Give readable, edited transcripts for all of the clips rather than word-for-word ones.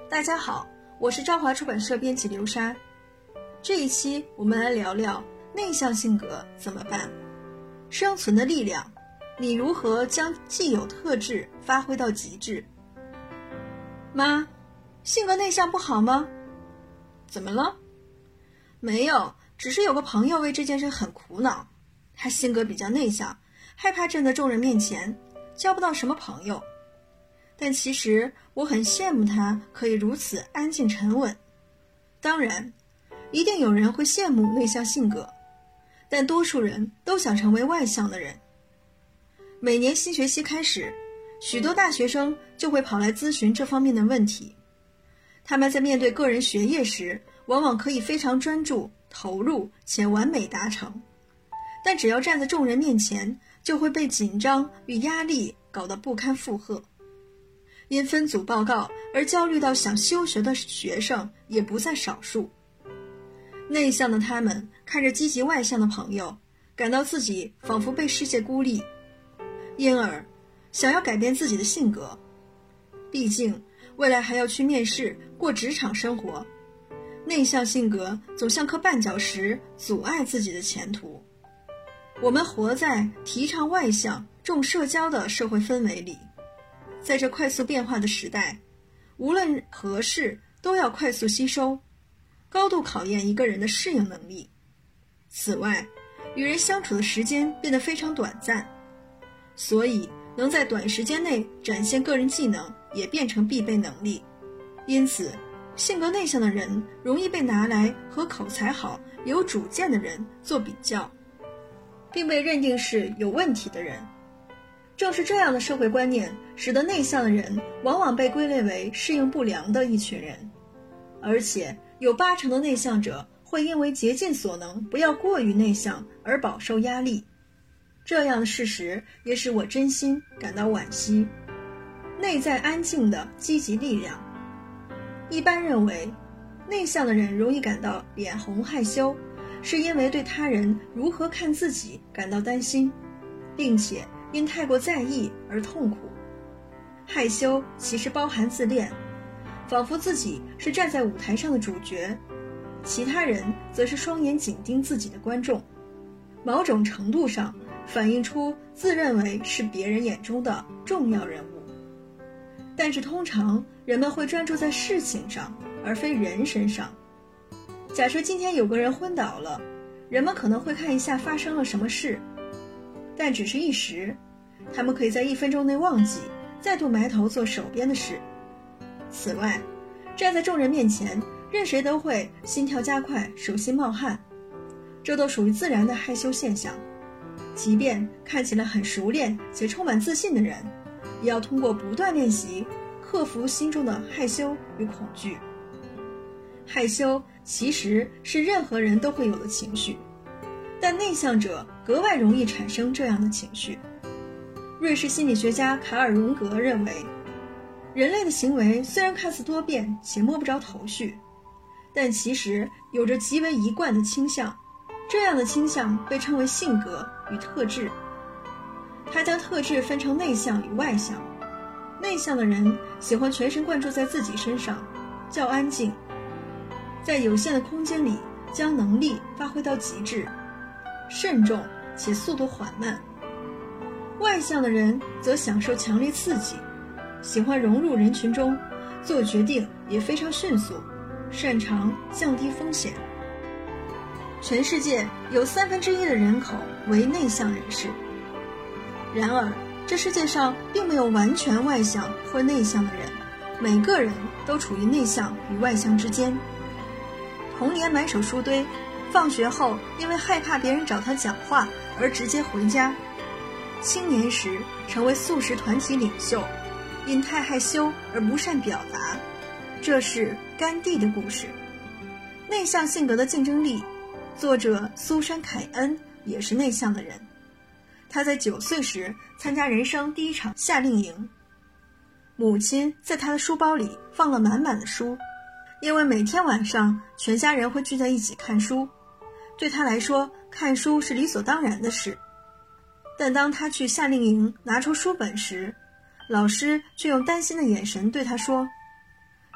大家好，我是朝华出版社编辑刘莎。这一期我们来聊聊内向性格怎么办？生存的力量，你如何将既有特质发挥到极致？妈，性格内向不好吗？怎么了？没有，只是有个朋友为这件事很苦恼。他性格比较内向，害怕站在众人面前，交不到什么朋友。但其实我很羡慕他可以如此安静沉稳。当然，一定有人会羡慕内向性格，但多数人都想成为外向的人。每年新学期开始，许多大学生就会跑来咨询这方面的问题。他们在面对个人学业时，往往可以非常专注、投入且完美达成，但只要站在众人面前，就会被紧张与压力搞得不堪负荷。因分组报告而焦虑到想休学的学生也不在少数。内向的他们看着积极外向的朋友，感到自己仿佛被世界孤立，因而想要改变自己的性格。毕竟未来还要去面试，过职场生活，内向性格总像颗绊脚石，阻碍自己的前途。我们活在提倡外向、重社交的社会氛围里，在这快速变化的时代，无论何事都要快速吸收，高度考验一个人的适应能力。此外，与人相处的时间变得非常短暂，所以能在短时间内展现个人技能也变成必备能力。因此，性格内向的人容易被拿来和口才好、有主见的人做比较，并被认定是有问题的人。正是这样的社会观念，使得内向的人往往被归类为适应不良的一群人，而且有80%的内向者会因为竭尽所能不要过于内向而饱受压力。这样的事实也使我真心感到惋惜。内在安静的积极力量。一般认为，内向的人容易感到脸红害羞，是因为对他人如何看自己感到担心，并且因太过在意而痛苦。害羞其实包含自恋，仿佛自己是站在舞台上的主角，其他人则是双眼紧盯自己的观众，某种程度上反映出自认为是别人眼中的重要人物。但是通常人们会专注在事情上，而非人身上。假设今天有个人昏倒了，人们可能会看一下发生了什么事，但只是一时，他们可以在1分钟内忘记，再度埋头做手边的事。此外，站在众人面前，任谁都会心跳加快，手心冒汗，这都属于自然的害羞现象。即便看起来很熟练且充满自信的人，也要通过不断练习，克服心中的害羞与恐惧。害羞其实是任何人都会有的情绪，但内向者格外容易产生这样的情绪。瑞士心理学家卡尔·荣格认为，人类的行为虽然看似多变且摸不着头绪，但其实有着极为一贯的倾向，这样的倾向被称为性格与特质。他将特质分成内向与外向。内向的人喜欢全神贯注在自己身上，较安静，在有限的空间里将能力发挥到极致，慎重且速度缓慢。外向的人则享受强烈刺激，喜欢融入人群中，做决定也非常迅速，擅长降低风险。全世界有1/3的人口为内向人士。然而，这世界上并没有完全外向或内向的人，每个人都处于内向与外向之间。童年满手书堆，放学后因为害怕别人找他讲话而直接回家。青年时成为素食团体领袖，因太害羞而不善表达。这是甘地的故事。内向性格的竞争力，作者苏珊·凯恩也是内向的人。他在9岁时参加人生第1场夏令营，母亲在他的书包里放了满满的书，因为每天晚上全家人会聚在一起看书，对他来说看书是理所当然的事。但当他去夏令营拿出书本时，老师却用担心的眼神对他说：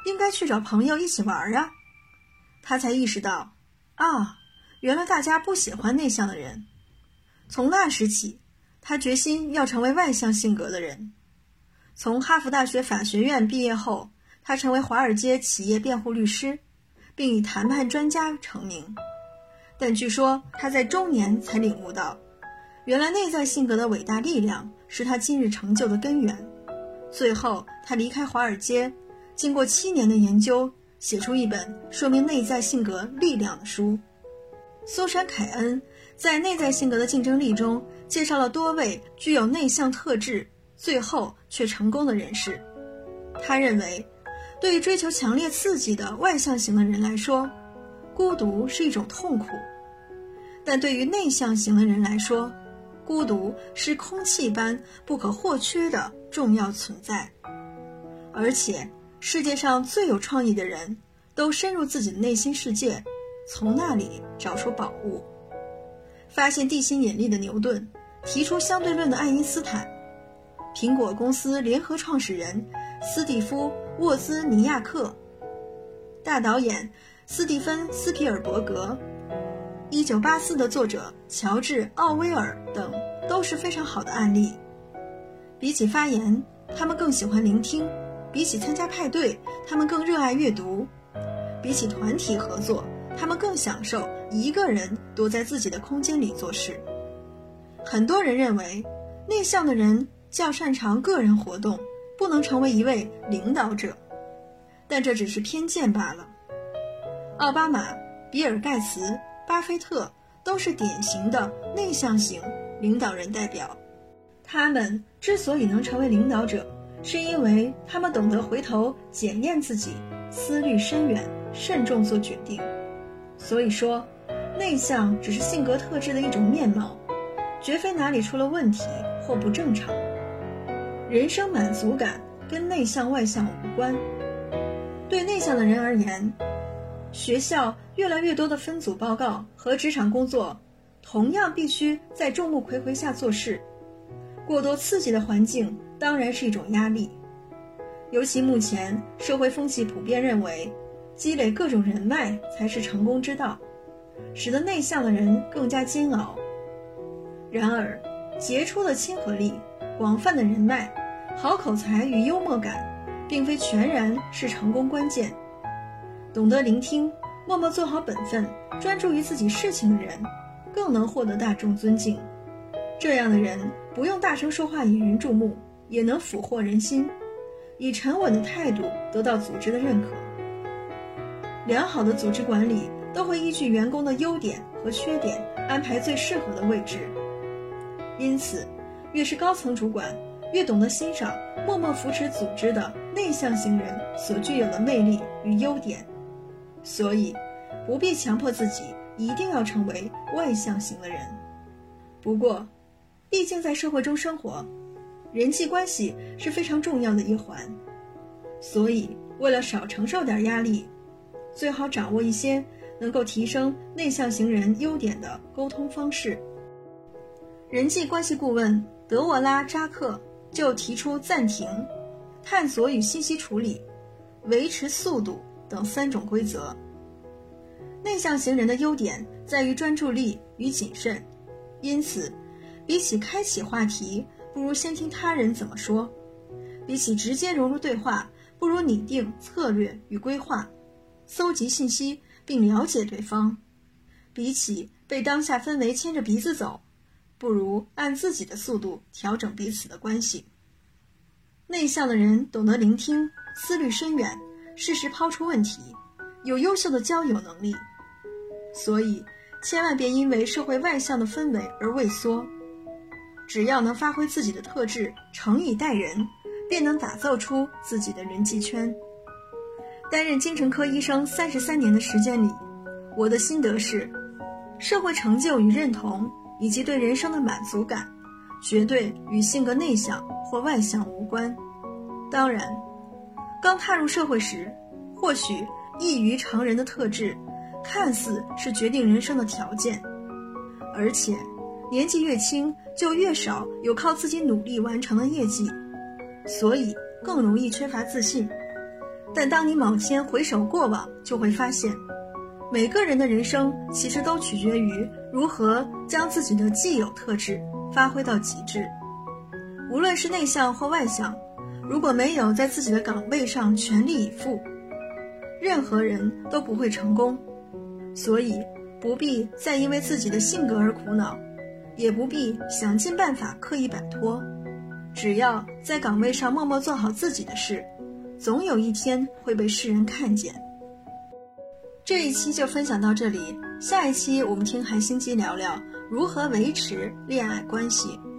应该去找朋友一起玩啊。他才意识到，原来大家不喜欢内向的人。从那时起，他决心要成为外向性格的人。从哈佛大学法学院毕业后，他成为华尔街企业辩护律师，并以谈判专家成名。但据说他在中年才领悟到，原来内在性格的伟大力量是他今日成就的根源。最后他离开华尔街，经过7年的研究，写出一本说明内在性格力量的书。苏珊·凯恩在内在性格的竞争力中介绍了多位具有内向特质最后却成功的人士。他认为，对于追求强烈刺激的外向型的人来说，孤独是一种痛苦，但对于内向型的人来说，孤独是空气般不可或缺的重要存在。而且世界上最有创意的人都深入自己的内心世界，从那里找出宝物。发现地心引力的牛顿，提出相对论的爱因斯坦，苹果公司联合创始人斯蒂夫·沃兹尼亚克，大导演斯蒂芬·斯皮尔伯格，1984的作者乔治·奥威尔等都是非常好的案例。比起发言，他们更喜欢聆听；比起参加派对，他们更热爱阅读；比起团体合作，他们更享受一个人躲在自己的空间里做事。很多人认为，内向的人较擅长个人活动，不能成为一位领导者，但这只是偏见罢了。奥巴马、比尔·盖茨、巴菲特都是典型的内向型领导人代表。他们之所以能成为领导者，是因为他们懂得回头检验自己，思虑深远，慎重做决定。所以说，内向只是性格特质的一种面貌，绝非哪里出了问题或不正常。人生满足感跟内向外向无关。对内向的人而言，学校越来越多的分组报告和职场工作同样必须在众目睽睽下做事，过多刺激的环境当然是一种压力。尤其目前社会风气普遍认为，积累各种人脉才是成功之道，使得内向的人更加煎熬。然而，杰出的亲和力、广泛的人脉、好口才与幽默感，并非全然是成功关键。懂得聆听，默默做好本分，专注于自己事情的人，更能获得大众尊敬。这样的人不用大声说话引人注目，也能俘获人心，以沉稳的态度得到组织的认可。良好的组织管理都会依据员工的优点和缺点安排最适合的位置。因此，越是高层主管，越懂得欣赏默默扶持组织的内向型人所具有的魅力与优点。所以，不必强迫自己一定要成为外向型的人。不过，毕竟在社会中生活，人际关系是非常重要的一环。所以，为了少承受点压力，最好掌握一些能够提升内向型人优点的沟通方式。人际关系顾问德沃拉·扎克就提出暂停、探索与信息处理、维持速度等3种规则。内向型人的优点在于专注力与谨慎，因此，比起开启话题，不如先听他人怎么说；比起直接融入对话，不如拟定策略与规划，搜集信息并了解对方；比起被当下氛围牵着鼻子走，不如按自己的速度调整彼此的关系。内向的人懂得聆听，思虑深远，适时抛出问题，有优秀的交友能力。所以，千万别因为社会外向的氛围而畏缩。只要能发挥自己的特质，诚以待人，便能打造出自己的人际圈。担任精神科医生33年的时间里，我的心得是，社会成就与认同，以及对人生的满足感，绝对与性格内向或外向无关。当然，刚踏入社会时，或许异于常人的特质，看似是决定人生的条件，而且年纪越轻，就越少有靠自己努力完成的业绩，所以更容易缺乏自信。 但当你某天回首过往，就会发现，每个人的人生其实都取决于如何将自己的既有特质发挥到极致。无论是内向或外向，如果没有在自己的岗位上全力以赴，任何人都不会成功。所以不必再因为自己的性格而苦恼，也不必想尽办法刻意摆脱，只要在岗位上默默做好自己的事，总有一天会被世人看见。这一期就分享到这里，下一期我们听韩星机聊聊如何维持恋爱关系。